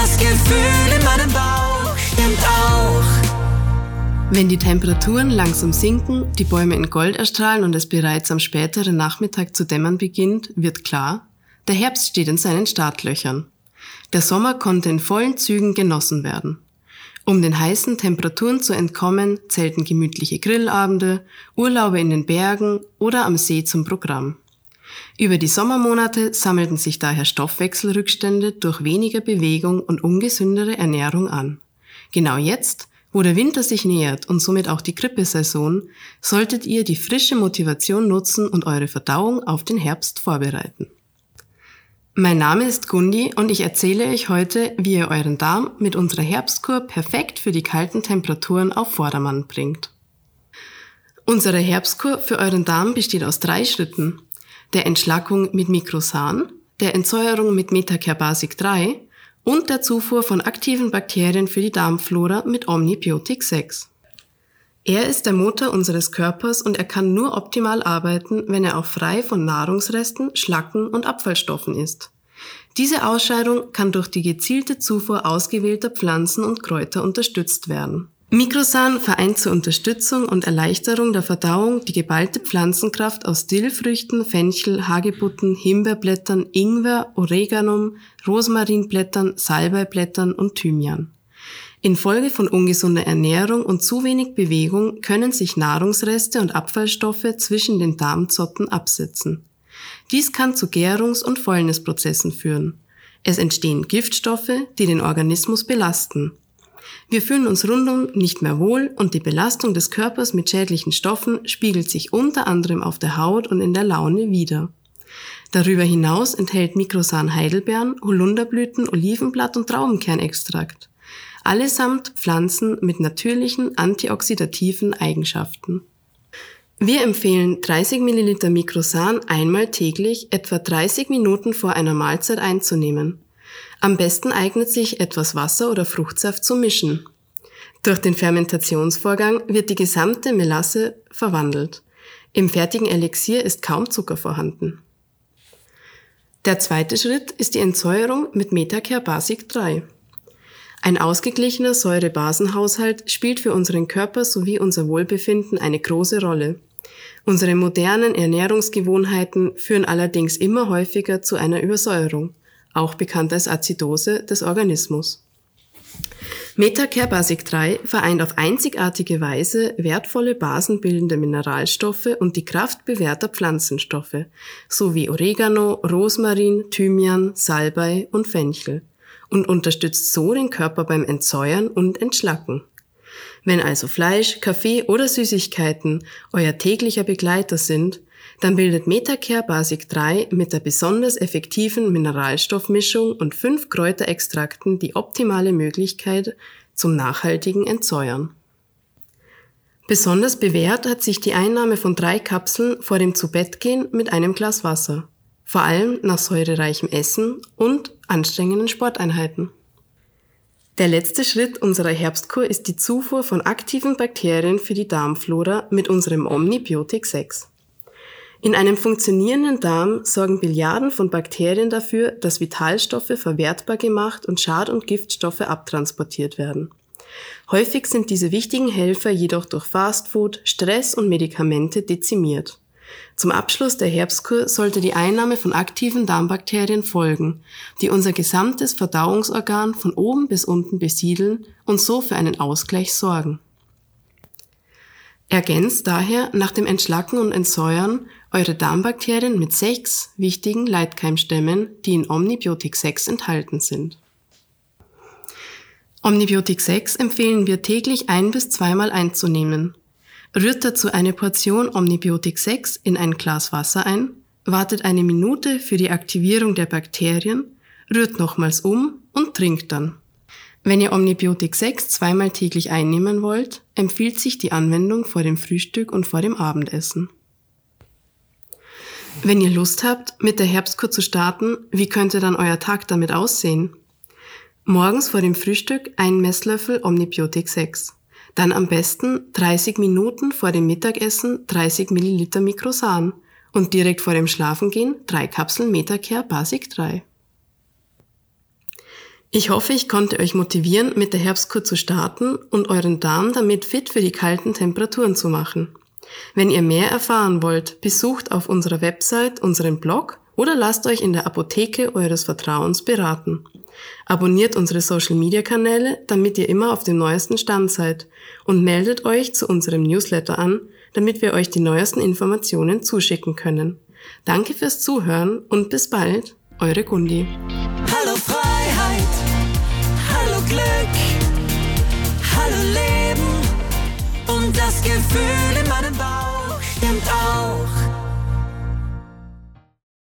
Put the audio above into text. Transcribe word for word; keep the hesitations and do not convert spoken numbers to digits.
das Gefühl in meinem Bauch stimmt auch. Wenn die Temperaturen langsam sinken, die Bäume in Gold erstrahlen und es bereits am späteren Nachmittag zu dämmern beginnt, wird klar, der Herbst steht in seinen Startlöchern. Der Sommer konnte in vollen Zügen genossen werden. Um den heißen Temperaturen zu entkommen, zählten gemütliche Grillabende, Urlaube in den Bergen oder am See zum Programm. Über die Sommermonate sammelten sich daher Stoffwechselrückstände durch weniger Bewegung und ungesündere Ernährung an. Genau jetzt, wo der Winter sich nähert und somit auch die Grippesaison, solltet ihr die frische Motivation nutzen und eure Verdauung auf den Herbst vorbereiten. Mein Name ist Gundi und ich erzähle euch heute, wie ihr euren Darm mit unserer Herbstkur perfekt für die kalten Temperaturen auf Vordermann bringt. Unsere Herbstkur für euren Darm besteht aus drei Schritten: der Entschlackung mit Microsan, der Entsäuerung mit Metacare Basic drei und der Zufuhr von aktiven Bakterien für die Darmflora mit Omnibiotic sechs. Er ist der Motor unseres Körpers und er kann nur optimal arbeiten, wenn er auch frei von Nahrungsresten, Schlacken und Abfallstoffen ist. Diese Ausscheidung kann durch die gezielte Zufuhr ausgewählter Pflanzen und Kräuter unterstützt werden. Microsan vereint zur Unterstützung und Erleichterung der Verdauung die geballte Pflanzenkraft aus Dillfrüchten, Fenchel, Hagebutten, Himbeerblättern, Ingwer, Oreganum, Rosmarinblättern, Salbeiblättern und Thymian. Infolge von ungesunder Ernährung und zu wenig Bewegung können sich Nahrungsreste und Abfallstoffe zwischen den Darmzotten absetzen. Dies kann zu Gärungs- und Fäulnisprozessen führen. Es entstehen Giftstoffe, die den Organismus belasten. Wir fühlen uns rundum nicht mehr wohl und die Belastung des Körpers mit schädlichen Stoffen spiegelt sich unter anderem auf der Haut und in der Laune wider. Darüber hinaus enthält Microsan Heidelbeeren, Holunderblüten, Olivenblatt und Traubenkernextrakt. Allesamt Pflanzen mit natürlichen antioxidativen Eigenschaften. Wir empfehlen dreißig Milliliter Microsan einmal täglich etwa dreißig Minuten vor einer Mahlzeit einzunehmen. Am besten eignet sich etwas Wasser oder Fruchtsaft zu mischen. Durch den Fermentationsvorgang wird die gesamte Melasse verwandelt. Im fertigen Elixier ist kaum Zucker vorhanden. Der zweite Schritt ist die Entsäuerung mit Metacare Basic drei. Ein ausgeglichener Säure-Basen-Haushalt spielt für unseren Körper sowie unser Wohlbefinden eine große Rolle. Unsere modernen Ernährungsgewohnheiten führen allerdings immer häufiger zu einer Übersäuerung, auch bekannt als Azidose des Organismus. Metacare Basic drei vereint auf einzigartige Weise wertvolle basenbildende Mineralstoffe und die Kraft bewährter Pflanzenstoffe, sowie Oregano, Rosmarin, Thymian, Salbei und Fenchel, und unterstützt so den Körper beim Entsäuern und Entschlacken. Wenn also Fleisch, Kaffee oder Süßigkeiten euer täglicher Begleiter sind, dann bildet Metacare Basic drei mit der besonders effektiven Mineralstoffmischung und fünf Kräuterextrakten die optimale Möglichkeit zum nachhaltigen Entsäuern. Besonders bewährt hat sich die Einnahme von drei Kapseln vor dem Zubettgehen mit einem Glas Wasser, vor allem nach säurereichem Essen und anstrengenden Sporteinheiten. Der letzte Schritt unserer Herbstkur ist die Zufuhr von aktiven Bakterien für die Darmflora mit unserem Omnibiotic sechs. In einem funktionierenden Darm sorgen Billiarden von Bakterien dafür, dass Vitalstoffe verwertbar gemacht und Schad- und Giftstoffe abtransportiert werden. Häufig sind diese wichtigen Helfer jedoch durch Fastfood, Stress und Medikamente dezimiert. Zum Abschluss der Herbstkur sollte die Einnahme von aktiven Darmbakterien folgen, die unser gesamtes Verdauungsorgan von oben bis unten besiedeln und so für einen Ausgleich sorgen. Ergänzt daher nach dem Entschlacken und Entsäuern eure Darmbakterien mit sechs wichtigen Leitkeimstämmen, die in Omnibiotic sechs enthalten sind. Omnibiotic sechs empfehlen wir täglich ein- bis zweimal einzunehmen. Rührt dazu eine Portion Omnibiotic sechs in ein Glas Wasser ein, wartet eine Minute für die Aktivierung der Bakterien, rührt nochmals um und trinkt dann. Wenn ihr Omnibiotic sechs zweimal täglich einnehmen wollt, empfiehlt sich die Anwendung vor dem Frühstück und vor dem Abendessen. Wenn ihr Lust habt, mit der Herbstkur zu starten, wie könnte dann euer Tag damit aussehen? Morgens vor dem Frühstück ein Messlöffel Omnibiotic sechs. Dann am besten dreißig Minuten vor dem Mittagessen dreißig Milliliter Microsan und direkt vor dem Schlafengehen drei Kapseln Metacare Basic drei. Ich hoffe, ich konnte euch motivieren, mit der Herbstkur zu starten und euren Darm damit fit für die kalten Temperaturen zu machen. Wenn ihr mehr erfahren wollt, besucht auf unserer Website unseren Blog oder lasst euch in der Apotheke eures Vertrauens beraten. Abonniert unsere Social-Media-Kanäle, damit ihr immer auf dem neuesten Stand seid und meldet euch zu unserem Newsletter an, damit wir euch die neuesten Informationen zuschicken können. Danke fürs Zuhören und bis bald, eure Gundi. Hallo Freiheit, hallo Glück, hallo Leben und das Gefühl in meinem Bauch stimmt auch.